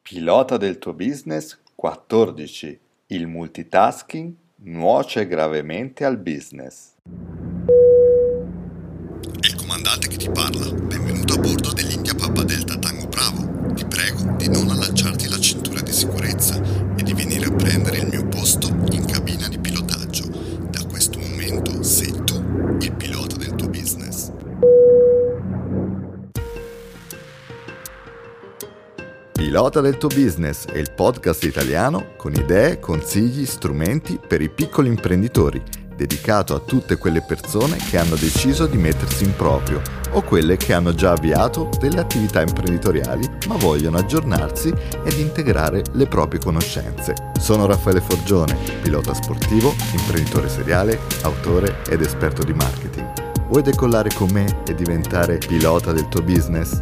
Pilota del tuo business 14. Il multitasking nuoce gravemente al business. È il comandante che ti parla. Benvenuto a bordo dell'India Papa Delta Tango Bravo. Ti prego di non allacciarti la cintura di sicurezza e di venire a prendere il mio posto in cabina di pilotaggio. Da questo momento sei tu il pilota del tuo business. Pilota del tuo business è il podcast italiano con idee, consigli, strumenti per i piccoli imprenditori, dedicato a tutte quelle persone che hanno deciso di mettersi in proprio o quelle che hanno già avviato delle attività imprenditoriali ma vogliono aggiornarsi ed integrare le proprie conoscenze. Sono Raffaele Forgione, pilota sportivo, imprenditore seriale, autore ed esperto di marketing. Vuoi decollare con me e diventare pilota del tuo business?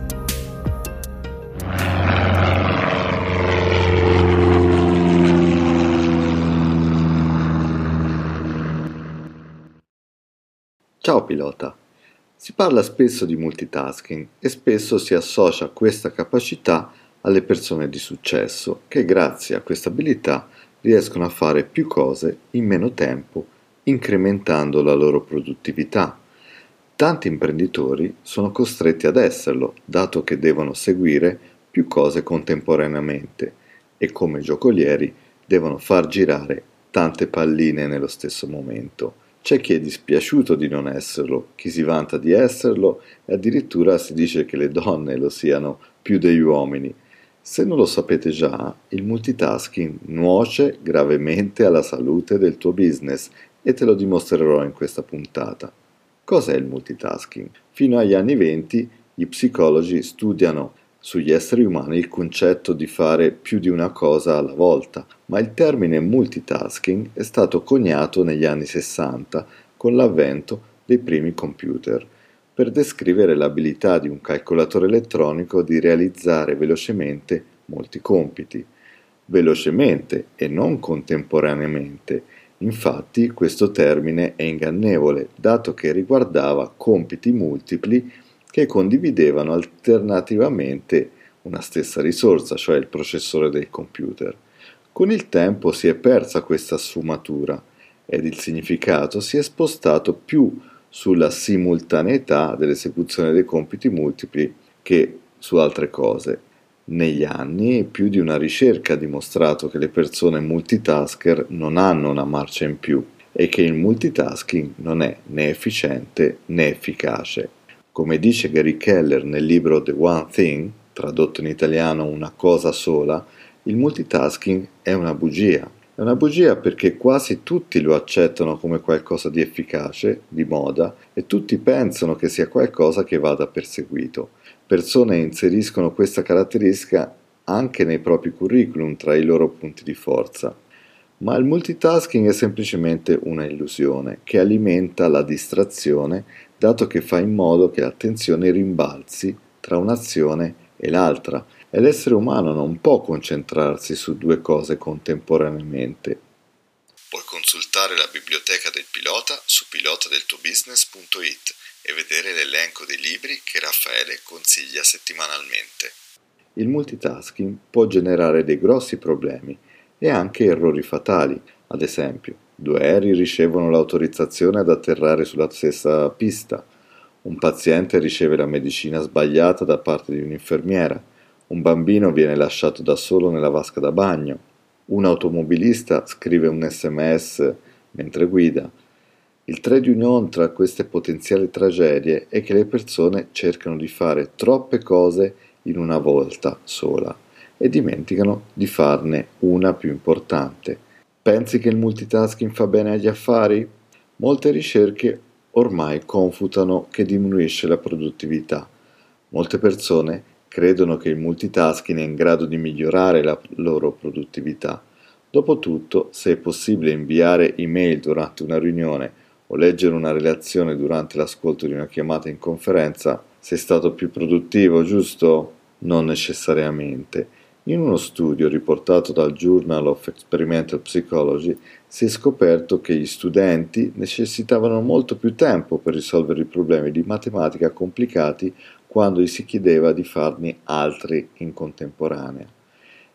Ciao pilota! Si parla spesso di multitasking e spesso si associa questa capacità alle persone di successo che grazie a questa abilità riescono a fare più cose in meno tempo, incrementando la loro produttività. Tanti imprenditori sono costretti ad esserlo, dato che devono seguire più cose contemporaneamente e come giocolieri devono far girare tante palline nello stesso momento. C'è chi è dispiaciuto di non esserlo, chi si vanta di esserlo e addirittura si dice che le donne lo siano più degli uomini. Se non lo sapete già, il multitasking nuoce gravemente alla salute del tuo business e te lo dimostrerò in questa puntata. Cos'è il multitasking? Fino agli anni '20 gli psicologi studiano sugli esseri umani il concetto di fare più di una cosa alla volta, ma il termine multitasking è stato coniato negli anni '60 con l'avvento dei primi computer, per descrivere l'abilità di un calcolatore elettronico di realizzare velocemente molti compiti. Velocemente e non contemporaneamente. Infatti questo termine è ingannevole, dato che riguardava compiti multipli che condividevano alternativamente una stessa risorsa, cioè il processore del computer. Con il tempo si è persa questa sfumatura ed il significato si è spostato più sulla simultaneità dell'esecuzione dei compiti multipli che su altre cose. Negli anni più di una ricerca ha dimostrato che le persone multitasker non hanno una marcia in più e che il multitasking non è né efficiente né efficace. Come dice Gary Keller nel libro The One Thing, tradotto in italiano Una cosa sola, il multitasking è una bugia. È una bugia perché quasi tutti lo accettano come qualcosa di efficace, di moda, e tutti pensano che sia qualcosa che vada perseguito. Persone inseriscono questa caratteristica anche nei propri curriculum tra i loro punti di forza. Ma il multitasking è semplicemente una illusione che alimenta la distrazione, dato che fa in modo che l'attenzione rimbalzi tra un'azione e l'altra, e l'essere umano non può concentrarsi su due cose contemporaneamente. Puoi consultare la biblioteca del pilota su pilotadeltuobusiness.it e vedere l'elenco dei libri che Raffaele consiglia settimanalmente. Il multitasking può generare dei grossi problemi e anche errori fatali. Ad esempio, due aerei ricevono l'autorizzazione ad atterrare sulla stessa pista, un paziente riceve la medicina sbagliata da parte di un'infermiera, un bambino viene lasciato da solo nella vasca da bagno, un automobilista scrive un SMS mentre guida. Il trade union tra queste potenziali tragedie è che le persone cercano di fare troppe cose in una volta sola e dimenticano di farne una più importante. Pensi che il multitasking fa bene agli affari? Molte ricerche ormai confutano che diminuisce la produttività. Molte persone credono che il multitasking è in grado di migliorare la loro produttività. Dopotutto, se è possibile inviare email durante una riunione o leggere una relazione durante l'ascolto di una chiamata in conferenza, sei stato più produttivo, giusto? Non necessariamente. In uno studio riportato dal Journal of Experimental Psychology si è scoperto che gli studenti necessitavano molto più tempo per risolvere i problemi di matematica complicati quando gli si chiedeva di farne altri in contemporanea.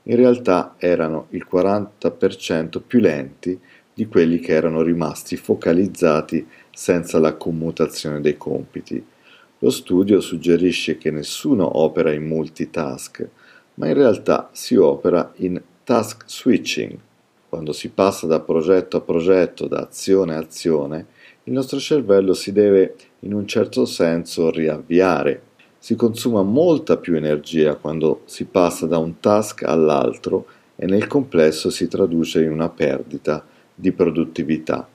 in realtà erano il 40% più lenti di quelli che erano rimasti focalizzati senza la commutazione dei compiti. Lo studio suggerisce che nessuno opera in multitask, ma in realtà si opera in task switching. Quando si passa da progetto a progetto, da azione a azione, il nostro cervello si deve in un certo senso riavviare. Si consuma molta più energia quando si passa da un task all'altro e nel complesso si traduce in una perdita di produttività.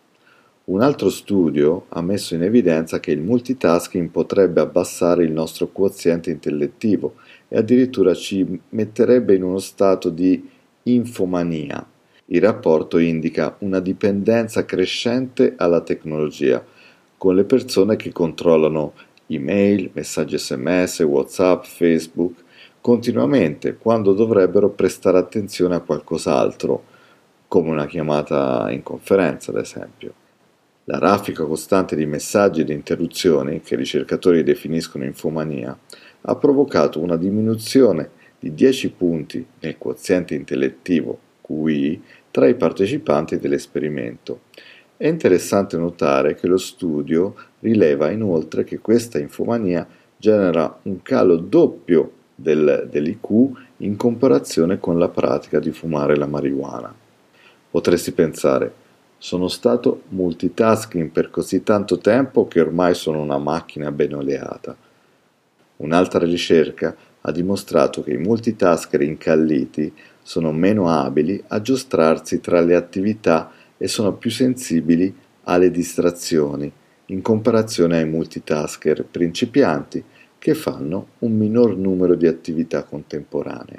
Un altro studio ha messo in evidenza che il multitasking potrebbe abbassare il nostro quoziente intellettivo e addirittura ci metterebbe in uno stato di infomania. Il rapporto indica una dipendenza crescente alla tecnologia, con le persone che controllano email, messaggi SMS, WhatsApp, Facebook, continuamente, quando dovrebbero prestare attenzione a qualcos'altro, come una chiamata in conferenza, ad esempio. La raffica costante di messaggi e di interruzioni, che i ricercatori definiscono infomania, ha provocato una diminuzione di 10 punti nel quoziente intellettivo QI tra i partecipanti dell'esperimento. È interessante notare che lo studio rileva inoltre che questa infomania genera un calo doppio dell'IQ in comparazione con la pratica di fumare la marijuana. Potresti pensare: sono stato multitasking per così tanto tempo che ormai sono una macchina ben oleata. Un'altra ricerca ha dimostrato che i multitasker incalliti sono meno abili a giostrarsi tra le attività e sono più sensibili alle distrazioni, in comparazione ai multitasker principianti che fanno un minor numero di attività contemporanee.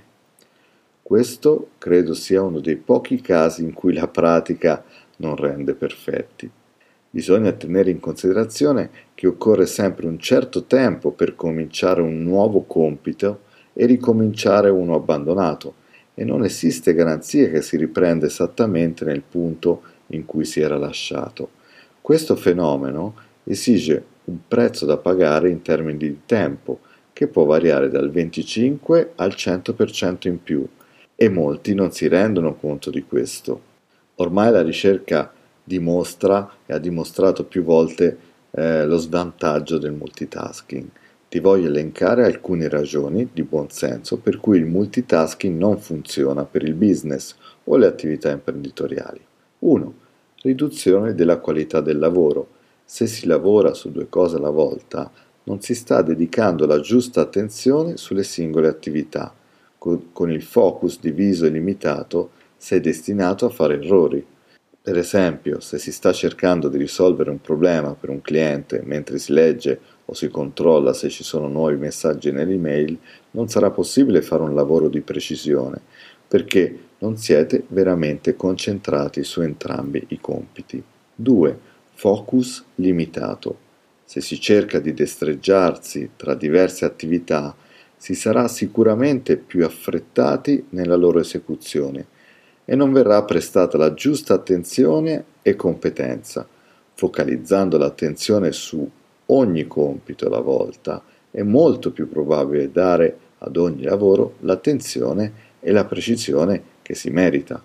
Questo credo sia uno dei pochi casi in cui la pratica non rende perfetti. Bisogna tenere in considerazione che occorre sempre un certo tempo per cominciare un nuovo compito e ricominciare uno abbandonato, e non esiste garanzia che si riprenda esattamente nel punto in cui si era lasciato. Questo fenomeno esige un prezzo da pagare in termini di tempo, che può variare dal 25 al 100% in più, e molti non si rendono conto di questo. Ormai la ricerca dimostra e ha dimostrato più volte lo svantaggio del multitasking. Ti voglio elencare alcune ragioni di buon senso per cui il multitasking non funziona per il business o le attività imprenditoriali. 1. Riduzione della qualità del lavoro. Se si lavora su due cose alla volta, non si sta dedicando la giusta attenzione sulle singole attività. Con il focus diviso e limitato, sei destinato a fare errori. Per esempio, se si sta cercando di risolvere un problema per un cliente mentre si legge o si controlla se ci sono nuovi messaggi nell'email, non sarà possibile fare un lavoro di precisione, perché non siete veramente concentrati su entrambi i compiti. 2. Focus limitato. Se si cerca di destreggiarsi tra diverse attività, si sarà sicuramente più affrettati nella loro esecuzione e non verrà prestata la giusta attenzione e competenza. Focalizzando l'attenzione su ogni compito alla volta, è molto più probabile dare ad ogni lavoro l'attenzione e la precisione che si merita.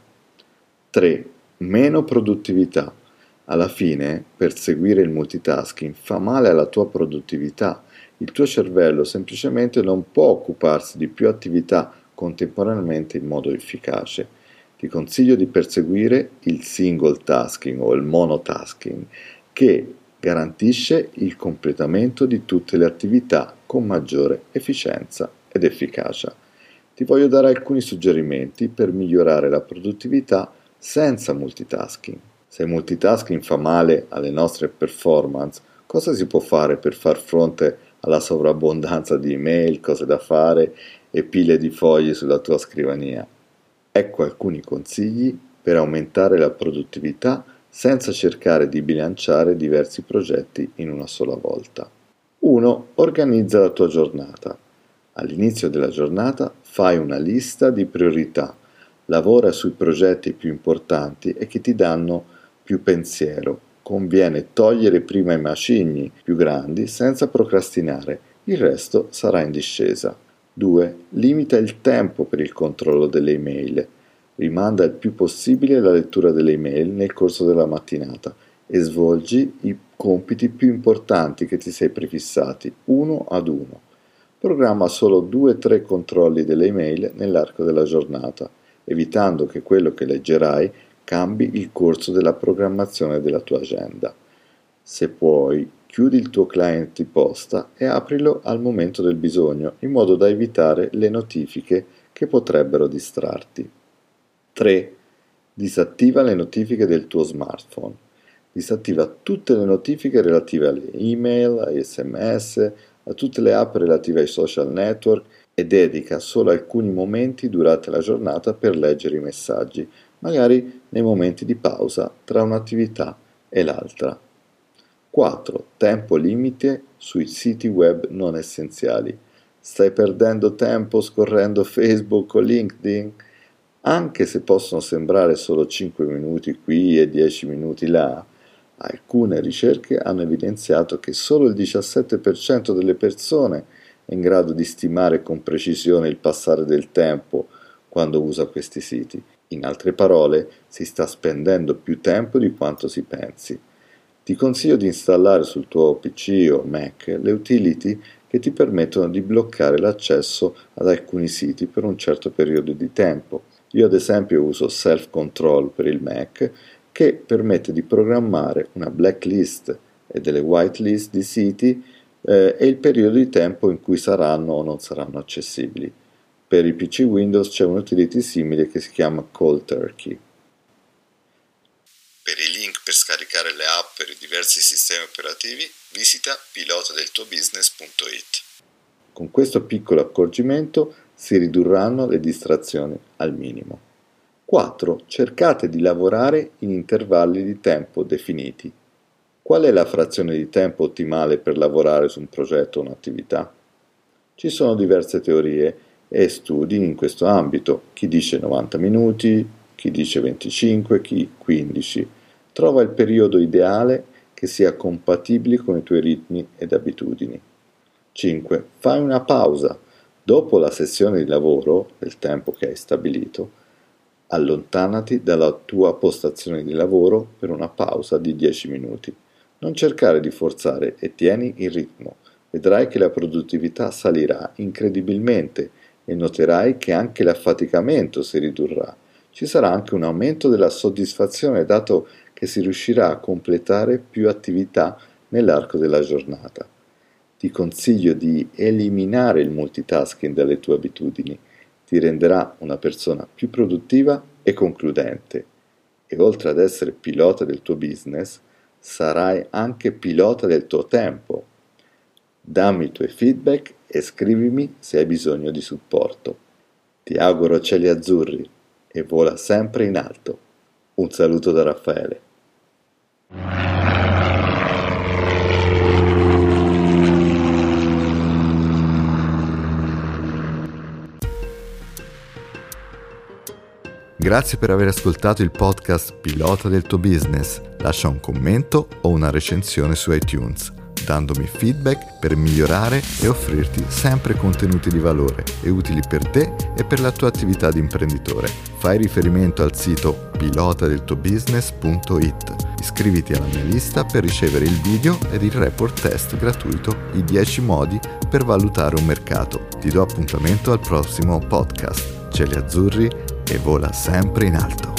3. Meno produttività. Alla fine, perseguire il multitasking fa male alla tua produttività. Il tuo cervello semplicemente non può occuparsi di più attività contemporaneamente in modo efficace. Ti consiglio di perseguire il single tasking o il monotasking, che garantisce il completamento di tutte le attività con maggiore efficienza ed efficacia. Ti voglio dare alcuni suggerimenti per migliorare la produttività senza multitasking. Se il multitasking fa male alle nostre performance, cosa si può fare per far fronte alla sovrabbondanza di email, cose da fare e pile di fogli sulla tua scrivania? Ecco alcuni consigli per aumentare la produttività senza cercare di bilanciare diversi progetti in una sola volta. 1. Organizza la tua giornata. All'inizio della giornata fai una lista di priorità. Lavora sui progetti più importanti e che ti danno più pensiero. Conviene togliere prima i macigni più grandi senza procrastinare, il resto sarà in discesa. 2. Limita il tempo per il controllo delle email. Rimanda il più possibile la lettura delle email nel corso della mattinata e svolgi i compiti più importanti che ti sei prefissati, uno ad uno. Programma solo 2-3 controlli delle email nell'arco della giornata, evitando che quello che leggerai cambi il corso della programmazione della tua agenda. Se puoi, chiudi il tuo client di posta e aprilo al momento del bisogno, in modo da evitare le notifiche che potrebbero distrarti. 3. Disattiva le notifiche del tuo smartphone. Disattiva tutte le notifiche relative alle email, ai SMS, a tutte le app relative ai social network e dedica solo alcuni momenti durante la giornata per leggere i messaggi, magari nei momenti di pausa tra un'attività e l'altra. 4. Tempo limite sui siti web non essenziali. Stai perdendo tempo scorrendo Facebook o LinkedIn? Anche se possono sembrare solo 5 minuti qui e 10 minuti là, alcune ricerche hanno evidenziato che solo il 17% delle persone è in grado di stimare con precisione il passare del tempo quando usa questi siti. In altre parole, si sta spendendo più tempo di quanto si pensi. Ti consiglio di installare sul tuo PC o Mac le utility che ti permettono di bloccare l'accesso ad alcuni siti per un certo periodo di tempo. Io ad esempio uso Self Control per il Mac, che permette di programmare una blacklist e delle whitelist di siti e il periodo di tempo in cui saranno o non saranno accessibili. Per i PC Windows c'è un'utility simile che si chiama Cold Turkey. Per i link per scaricare le app per i diversi sistemi operativi visita pilotadeltuobusiness.it. Con questo piccolo accorgimento si ridurranno le distrazioni al minimo. 4. Cercate di lavorare in intervalli di tempo definiti. Qual è la frazione di tempo ottimale per lavorare su un progetto o un'attività? Ci sono diverse teorie e studi in questo ambito. Chi dice 90 minuti, chi dice 25, chi 15. Trova il periodo ideale che sia compatibile con i tuoi ritmi ed abitudini. 5. Fai una pausa. Dopo la sessione di lavoro, del tempo che hai stabilito, allontanati dalla tua postazione di lavoro per una pausa di 10 minuti. Non cercare di forzare e tieni il ritmo. Vedrai che la produttività salirà incredibilmente e noterai che anche l'affaticamento si ridurrà. Ci sarà anche un aumento della soddisfazione, dato che si riuscirà a completare più attività nell'arco della giornata. Ti consiglio di eliminare il multitasking dalle tue abitudini. Ti renderà una persona più produttiva e concludente. E oltre ad essere pilota del tuo business, sarai anche pilota del tuo tempo. Dammi i tuoi feedback e scrivimi se hai bisogno di supporto. Ti auguro cieli azzurri e vola sempre in alto. Un saluto da Raffaele. Grazie per aver ascoltato il podcast Pilota del tuo business. Lascia un commento o una recensione su iTunes, dandomi feedback per migliorare e offrirti sempre contenuti di valore e utili per te e per la tua attività di imprenditore. Fai riferimento al sito pilotadeltuobusiness.it. Iscriviti alla mia lista per ricevere il video ed il report test gratuito, i 10 modi per valutare un mercato. Ti do appuntamento al prossimo podcast. Cieli azzurri e vola sempre in alto.